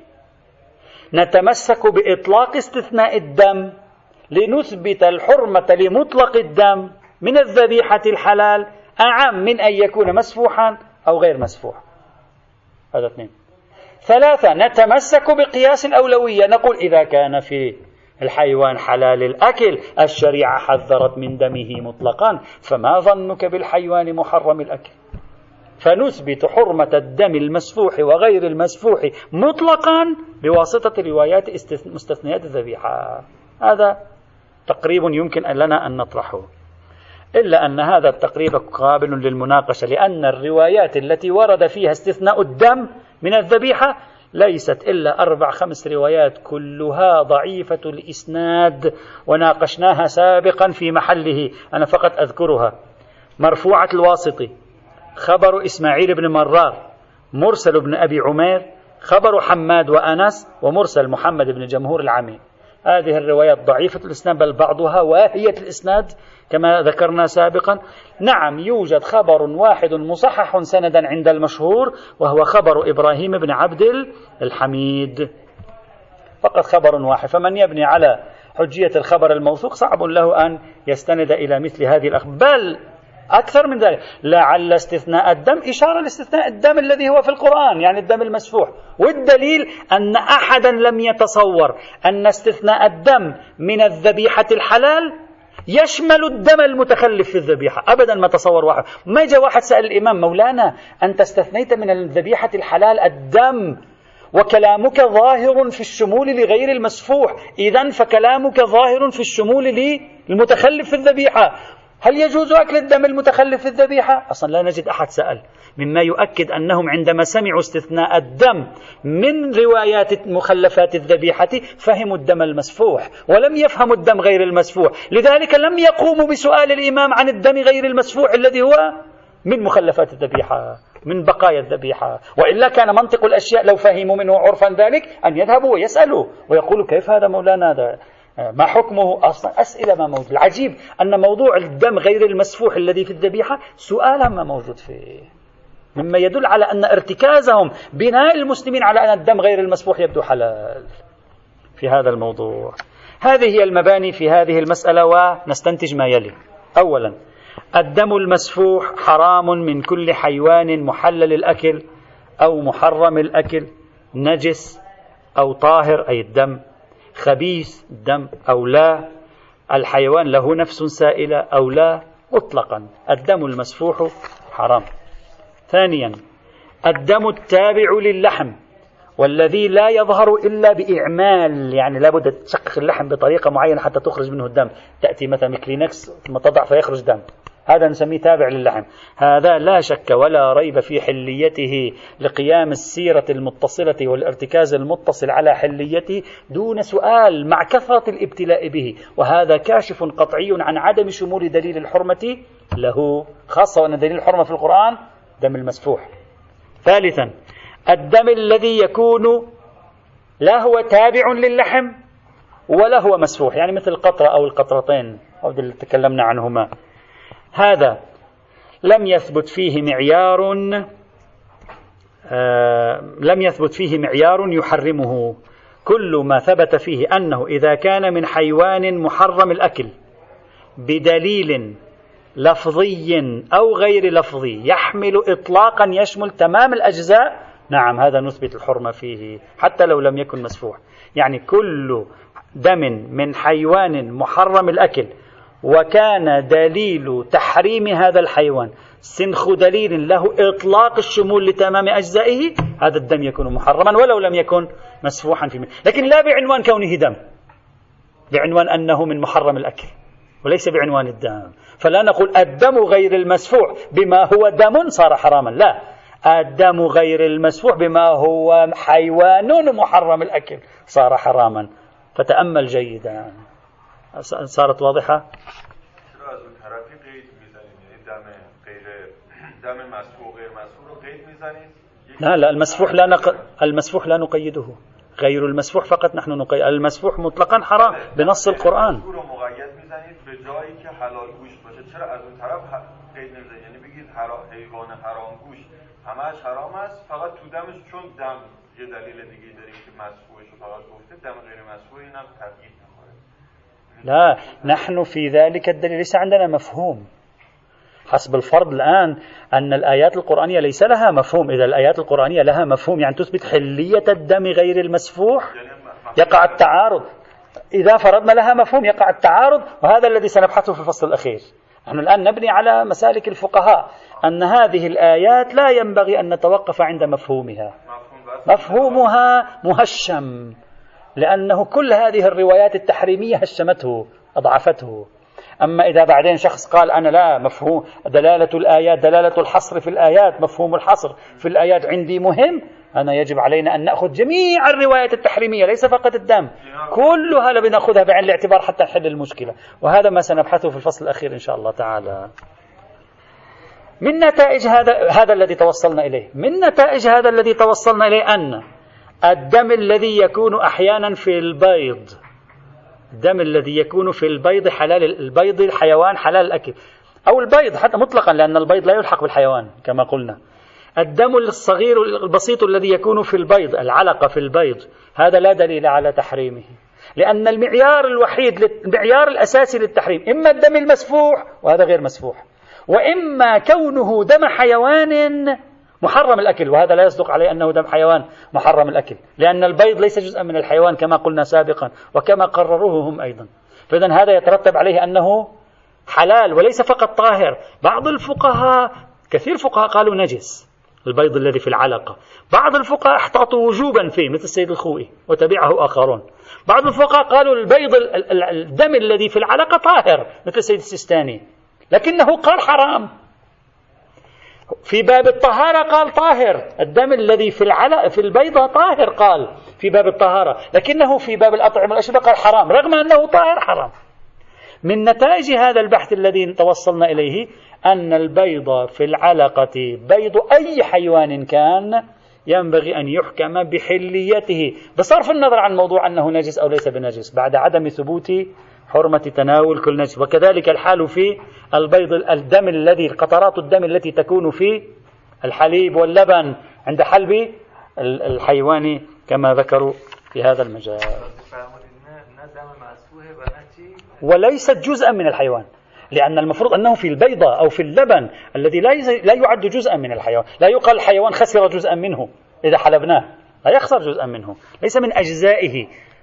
نتمسك بإطلاق استثناء الدم لنثبت الحرمة لمطلق الدم من الذبيحة الحلال أعم من أن يكون مسفوحا أو غير مسفوح. هذا اثنين. ثلاثة، نتمسك بقياس الأولوية، نقول إذا كان في الحيوان حلال الأكل الشريعة حذرت من دمه مطلقا، فما ظنك بالحيوان محرم الأكل؟ فنثبت حرمة الدم المسفوح وغير المسفوح مطلقا بواسطة روايات مستثنيات الذبيحة. هذا تقريب يمكن لنا أن نطرحه، إلا أن هذا التقريب قابل للمناقشة، لأن الروايات التي ورد فيها استثناء الدم من الذبيحة ليست إلا 4-5 روايات كلها ضعيفة الإسناد، وناقشناها سابقا في محله، أنا فقط أذكرها: مرفوعة الواسطي، خبر إسماعيل بن مرار، مرسل بن أبي عمير، خبر حماد وأنس، ومرسل محمد بن جمهور العمي. هذه الروايات ضعيفة الإسناد، بل بعضها واهية الإسناد كما ذكرنا سابقا. نعم، يوجد خبر واحد مصحح سندا عند المشهور وهو خبر إبراهيم بن عبد الحميد، فقط خبر واحد، فمن يبني على حجية الخبر الموثوق صعب له أن يستند إلى مثل هذه الأخبار. بل أكثر من ذلك، لعل استثناء الدم إشارة لاستثناء الدم الذي هو في القرآن، يعني الدم المسفوح، والدليل أن أحدا لم يتصور أن استثناء الدم من الذبيحة الحلال يشمل الدم المتخلف في الذبيحة. أبدا ما تصور واحد. ما جاء واحد سأل الإمام: مولانا أنت استثنيت من الذبيحة الحلال الدم وكلامك ظاهر في الشمول لغير المسفوح، إذن فكلامك ظاهر في الشمول للمتخلف في الذبيحة، هل يجوز أكل الدم المتخلف في الذبيحة؟ أصلا لا نجد أحد سأل، مما يؤكد أنهم عندما سمعوا استثناء الدم من روايات مخلفات الذبيحة فهموا الدم المسفوح ولم يفهموا الدم غير المسفوح، لذلك لم يقوموا بسؤال الإمام عن الدم غير المسفوح الذي هو من مخلفات الذبيحة، من بقايا الذبيحة. وإلا كان منطق الأشياء لو فهموا منه عرفا ذلك أن يذهبوا ويسألوا ويقولوا: كيف هذا مولانا؟ هذا ما حكمه؟ أصلا أسئلة ما موجود. العجيب أن موضوع الدم غير المسفوح الذي في الذبيحة سؤالا ما موجود فيه، مما يدل على أن ارتكازهم بناء المسلمين على أن الدم غير المسفوح يبدو حلال في هذا الموضوع. هذه هي المباني في هذه المسألة، ونستنتج ما يلي. أولا، الدم المسفوح حرام من كل حيوان محلل الأكل أو محرم الأكل، نجس أو طاهر أي الدم، خبيث الدم أو لا، الحيوان له نفس سائلة أو لا، مطلقا الدم المسفوح حرام. ثانيا، الدم التابع للحم والذي لا يظهر إلا بإعمال، يعني لابد تشقق اللحم بطريقة معينة حتى تخرج منه الدم، تأتي مثلا كلينكس ثم تضع فيخرج دم، هذا نسميه تابع للحم. هذا لا شك ولا ريب في حليته لقيام السيرة المتصلة والارتكاز المتصل على حليته دون سؤال مع كثرة الابتلاء به، وهذا كاشف قطعي عن عدم شمول دليل الحرمة له، خاصة وأن دليل الحرمة في القرآن دم المسفوح. ثالثا الدم الذي يكون لا هو تابع للحم ولا هو مسفوح، يعني مثل القطرة أو القطرتين أو اللي تكلمنا عنهما، هذا لم يثبت فيه معيار يحرمه. كل ما ثبت فيه أنه إذا كان من حيوان محرم الأكل بدليل لفظي أو غير لفظي يحمل إطلاقا يشمل تمام الأجزاء، نعم هذا نثبت الحرمة فيه حتى لو لم يكن مسفوح. يعني كل دم من حيوان محرم الأكل وكان دليل تحريم هذا الحيوان سنخ دليل له إطلاق الشمول لتمام أجزائه، هذا الدم يكون محرما ولو لم يكن مسفوحا فيه، لكن لا بعنوان كونه دم، بعنوان أنه من محرم الأكل وليس بعنوان الدم. فلا نقول الدم غير المسفوح بما هو دم صار حراما، لا، الدم غير المسفوح بما هو حيوان محرم الأكل صار حراما. فتأمل جيدا. صارت واضحة؟ لا المسفوح لا نقيده، غير المسفوح فقط نحن نقيد. المسفوح مطلقا حرام بنص القرآن. حیوان حرام گوش همش حرام است، فقط تو دمش چون دم یه دلیل دیگه داریم که مسفوحش رو فقط گفته، دم غیر مسفوح اینم تبعید نمی‌کنه. لا، نحن في ذلك الدليل ليس عندنا مفهوم. حسب الفرض الآن أن الآيات القرآنية ليس لها مفهوم. إذا الآيات القرآنية لها مفهوم يعني تثبت حلية الدم غير المسفوح، يقع التعارض. إذا فرضنا لها مفهوم يقع التعارض، وهذا الذي سنبحثه في الفصل الأخير. نحن الآن نبني على مسالك الفقهاء أن هذه الآيات لا ينبغي أن نتوقف عند مفهومها، مفهومها مهشم، لأنه كل هذه الروايات التحريمية هشمته أضعفته. أما إذا بعدين شخص قال أنا لا، مفهوم دلالة الآيات، دلالة الحصر في الآيات، مفهوم الحصر في الآيات عندي مهم، أنا يجب علينا أن نأخذ جميع الروايات التحريمية ليس فقط الدم، كلها لنأخذها بعين الاعتبار حتى نحل المشكلة. وهذا ما سنبحثه في الفصل الأخير إن شاء الله تعالى. من نتائج هذا الذي توصلنا إليه، من نتائج هذا الذي توصلنا إليه أن الدم الذي يكون أحيانا في البيض، الدم الذي يكون في البيض حلال، البيض الحيوان حلال الأكل، أو البيض حتى مطلقا لأن البيض لا يلحق بالحيوان كما قلنا. الدم الصغير البسيط الذي يكون في البيض، العلقة في البيض، هذا لا دليل على تحريمه، لأن المعيار الوحيد، المعيار الأساسي للتحريم إما الدم المسفوح وهذا غير مسفوح، وإما كونه دم حيوان محرم الأكل، وهذا لا يصدق عليه أنه دم حيوان محرم الأكل، لأن البيض ليس جزءا من الحيوان كما قلنا سابقا وكما قرروه هم أيضا. فإذن هذا يترتب عليه أنه حلال وليس فقط طاهر. بعض الفقهاء، كثير فقهاء قالوا نجس البيض الذي في العلقة، بعض الفقهاء احتاطوا وجوبا فيه مثل السيد الخوئي وتبعه آخرون، بعض الفقهاء قالوا البيض الدم الذي في العلقة طاهر مثل السيد السيستاني، لكنه قال حرام. في باب الطهارة قال طاهر، الدم الذي في البيضة طاهر قال في باب الطهارة، لكنه في باب الأطعمة والأشربة قال حرام رغم أنه طاهر حرام. من نتائج هذا البحث الذي توصلنا إليه أن البيض في العلقة بيض أي حيوان كان ينبغي أن يحكم بحليته بصرف النظر عن موضوع أنه نجس أو ليس بنجس بعد عدم ثبوت حرمة تناول كل نجس. وكذلك الحال في البيض، الدم الذي قطرات الدم التي تكون في الحليب واللبن عند حلب الحيوان كما ذكروا في هذا المجال، وليست جزءا من الحيوان، لأن المفروض أنه في البيضة أو في اللبن الذي لا يعد جزءا من الحيوان. لا يقال الحيوان خسر جزءا منه إذا حلبناه، لا يخسر جزءا منه، ليس من أجزائه.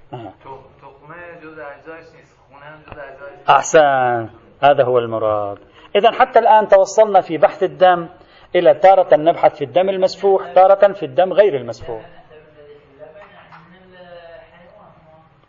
أحسن، هذا هو المراد. إذن حتى الآن توصلنا في بحث الدم إلى تارة نبحث في الدم المسفوح، تارة في الدم غير المسفوح.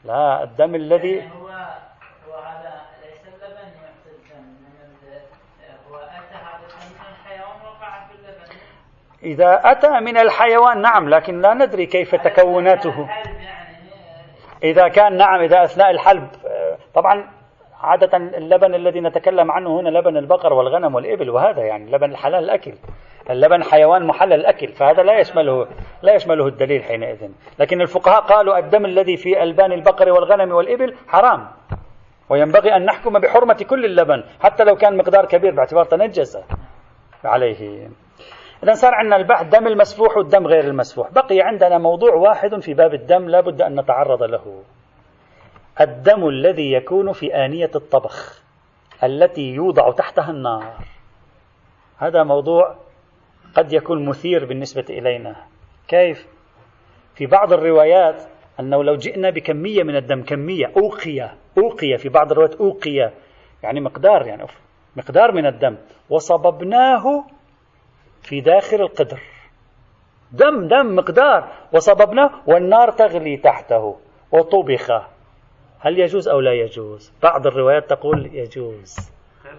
لا، الدم الذي هو هذا ليس اللبن يعطي الدم، هو أتى هذا الدم من الحيوان وقع في اللبن. إذا أتى من الحيوان نعم، لكن لا ندري كيف تكوناته. إذا كان نعم، إذا أثناء الحلب طبعا عادة اللبن الذي نتكلم عنه هنا لبن البقر والغنم والإبل، وهذا يعني لبن الحلال الأكل، اللبن حيوان محلل الأكل، فهذا لا يشمله الدليل حينئذ. لكن الفقهاء قالوا الدم الذي في ألبان البقر والغنم والإبل حرام، وينبغي أن نحكم بحرمة كل اللبن حتى لو كان مقدار كبير باعتبار تنجس عليه. إذن صار عندنا البحث دم المسفوح والدم غير المسفوح. بقي عندنا موضوع واحد في باب الدم لا بد أن نتعرض له: الدم الذي يكون في آنية الطبخ التي يوضع تحتها النار. هذا موضوع قد يكون مثير بالنسبة إلينا. كيف؟ في بعض الروايات أنه لو جئنا بكمية من الدم، كمية أوقية في بعض الروايات أوقية يعني مقدار من الدم، وصببناه في داخل القدر، دم مقدار، وصببناه والنار تغلي تحته وطبخ، هل يجوز أو لا يجوز؟ بعض الروايات تقول يجوز.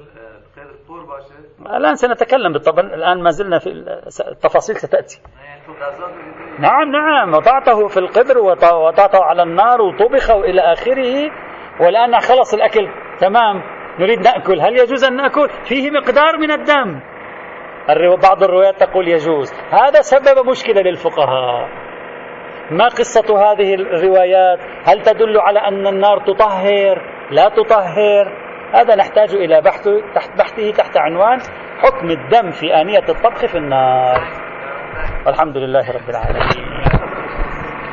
الآن سنتكلم بالطبع، الآن ما زلنا في التفاصيل ستأتي. نعم، وضعته في القدر وضعته على النار وطبخ وإلى آخره، والآن خلص الأكل تمام، نريد نأكل، هل يجوز أن نأكل؟ فيه مقدار من الدم. بعض الروايات تقول يجوز. هذا سبب مشكلة للفقهاء. ما قصة هذه الروايات؟ هل تدل على أن النار تطهر؟ لا تطهر؟ هذا نحتاج إلى بحثه تحت عنوان حكم الدم في آنية الطبخ في النار. والحمد لله رب العالمين.